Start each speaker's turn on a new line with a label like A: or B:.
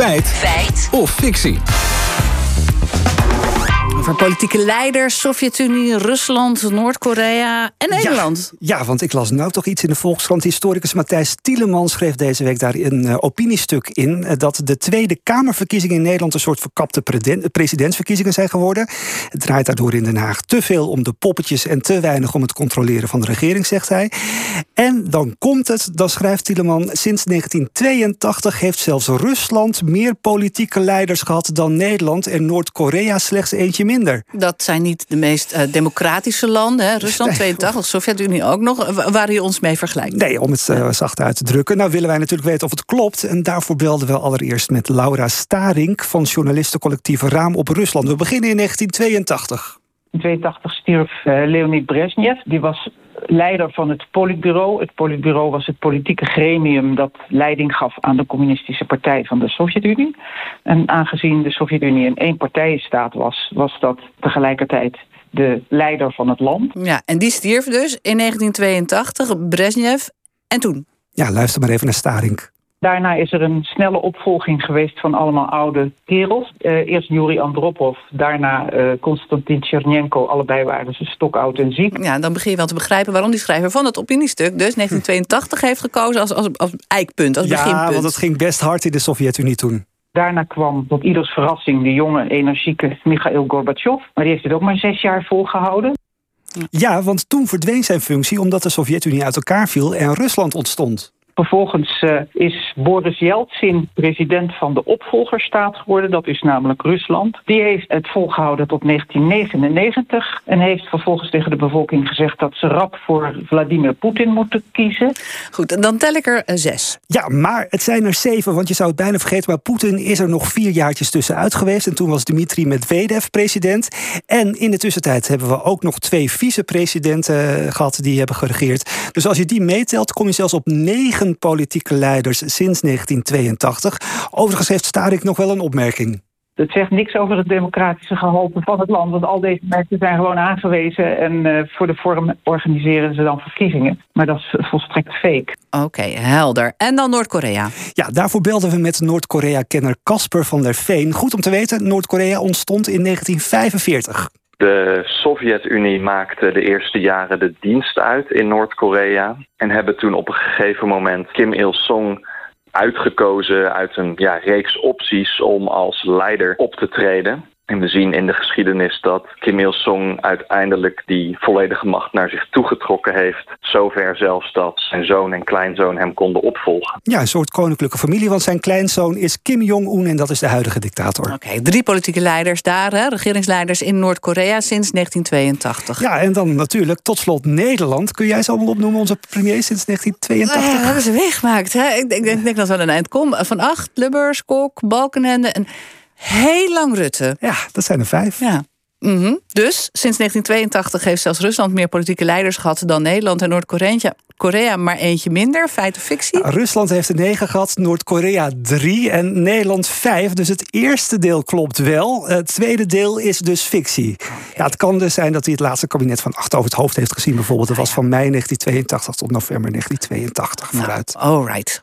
A: Feit of fictie?
B: Over politieke leiders, Sovjet-Unie, Rusland, Noord-Korea en Nederland.
C: Ja, want ik las nou toch iets in de Volkskrant. Historicus Matthijs Tielemans schreef deze week daar een opiniestuk in dat de Tweede Kamerverkiezingen in Nederland een soort verkapte presidentsverkiezingen zijn geworden. Het draait daardoor in Den Haag te veel om de poppetjes en te weinig om het controleren van de regering, zegt hij. En dan komt het, dan schrijft Tielemans, sinds 1982 heeft zelfs Rusland meer politieke leiders gehad dan Nederland en Noord-Korea slechts eentje minder.
B: Dat zijn niet de meest democratische landen. Hè? Rusland 82, Sovjet-Unie ook nog. Waar je ons mee vergelijkt.
C: Nee, om het zacht uit te drukken. Nou willen wij natuurlijk weten of het klopt. En daarvoor belden we allereerst met Laura Starink van journalistencollectief Raam op Rusland. We beginnen in 1982.
D: In 1982 stierf Leonid Brezhnev. Die was leider van het Politbureau. Het Politbureau was het politieke gremium dat leiding gaf aan de communistische partij van de Sovjet-Unie. En aangezien de Sovjet-Unie een eenpartijenstaat was, was dat tegelijkertijd de leider van het land.
B: Ja, en die stierf dus in 1982, Brezhnev. En toen?
C: Ja, luister maar even naar Starink.
D: Daarna is er een snelle opvolging geweest van allemaal oude kerels. Eerst Yuri Andropov, daarna Konstantin Tchernenko. Allebei waren ze stokoud en ziek.
B: Ja, dan begin je wel te begrijpen waarom die schrijver van het opiniestuk dus 1982 heeft gekozen als eikpunt, als beginpunt.
C: Ja, want het ging best hard in de Sovjet-Unie toen.
D: Daarna kwam tot ieders verrassing de jonge, energieke Mikhail Gorbachev. Maar die heeft het ook maar 6 jaar volgehouden.
C: Ja, want toen verdween zijn functie omdat de Sovjet-Unie uit elkaar viel en Rusland ontstond.
D: Vervolgens is Boris Yeltsin president van de opvolgerstaat geworden. Dat is namelijk Rusland. Die heeft het volgehouden tot 1999. En heeft vervolgens tegen de bevolking gezegd dat ze rap voor Vladimir Poetin moeten kiezen.
B: Goed, en dan tel ik er 6.
C: Ja, maar het zijn er 7, want je zou het bijna vergeten. Maar Poetin is er nog 4 jaartjes tussenuit geweest. En toen was Dmitri Medvedev president. En in de tussentijd hebben we ook nog 2 vicepresidenten gehad die hebben geregeerd. Dus als je die meetelt, kom je zelfs op 9 politieke leiders sinds 1982. Overigens heeft Starink nog wel een opmerking.
D: Het zegt niks over het democratische gehalte van het land. Want al deze mensen zijn gewoon aangewezen. En voor de vorm organiseren ze dan verkiezingen. Maar dat is volstrekt fake.
B: Oké, helder. En dan Noord-Korea.
C: Ja, daarvoor belden we met Noord-Korea-kenner Casper van der Veen. Goed om te weten, Noord-Korea ontstond in 1945.
E: De Sovjet-Unie maakte de eerste jaren de dienst uit in Noord-Korea en hebben toen op een gegeven moment Kim Il-sung uitgekozen uit een reeks opties om als leider op te treden. En we zien in de geschiedenis dat Kim Il-sung uiteindelijk die volledige macht naar zich toegetrokken heeft. Zover zelfs dat zijn zoon en kleinzoon hem konden opvolgen.
C: Ja, een soort koninklijke familie, want zijn kleinzoon is Kim Jong-un en dat is de huidige dictator.
B: Oké, 3 politieke leiders daar, regeringsleiders in Noord-Korea sinds 1982.
C: Ja, en dan natuurlijk tot slot Nederland. Kun jij ze allemaal opnoemen, onze premier sinds 1982?
B: Dat hebben ze meegemaakt. Hè? Ik denk dat we aan een eind komen. Van Agt, Lubbers, Kok, Balkenende en heel lang Rutte.
C: Ja, dat zijn er 5.
B: Ja. Dus sinds 1982 heeft zelfs Rusland meer politieke leiders gehad dan Nederland en Noord-Korea maar eentje minder. Feit of fictie?
C: Rusland heeft er 9 gehad, Noord-Korea 3 en Nederland 5. Dus het eerste deel klopt wel. Het tweede deel is dus fictie. Ja, het kan dus zijn dat hij het laatste kabinet van Agt over het hoofd heeft gezien bijvoorbeeld. Dat was van mei 1982 tot november 1982 vooruit.
B: All right.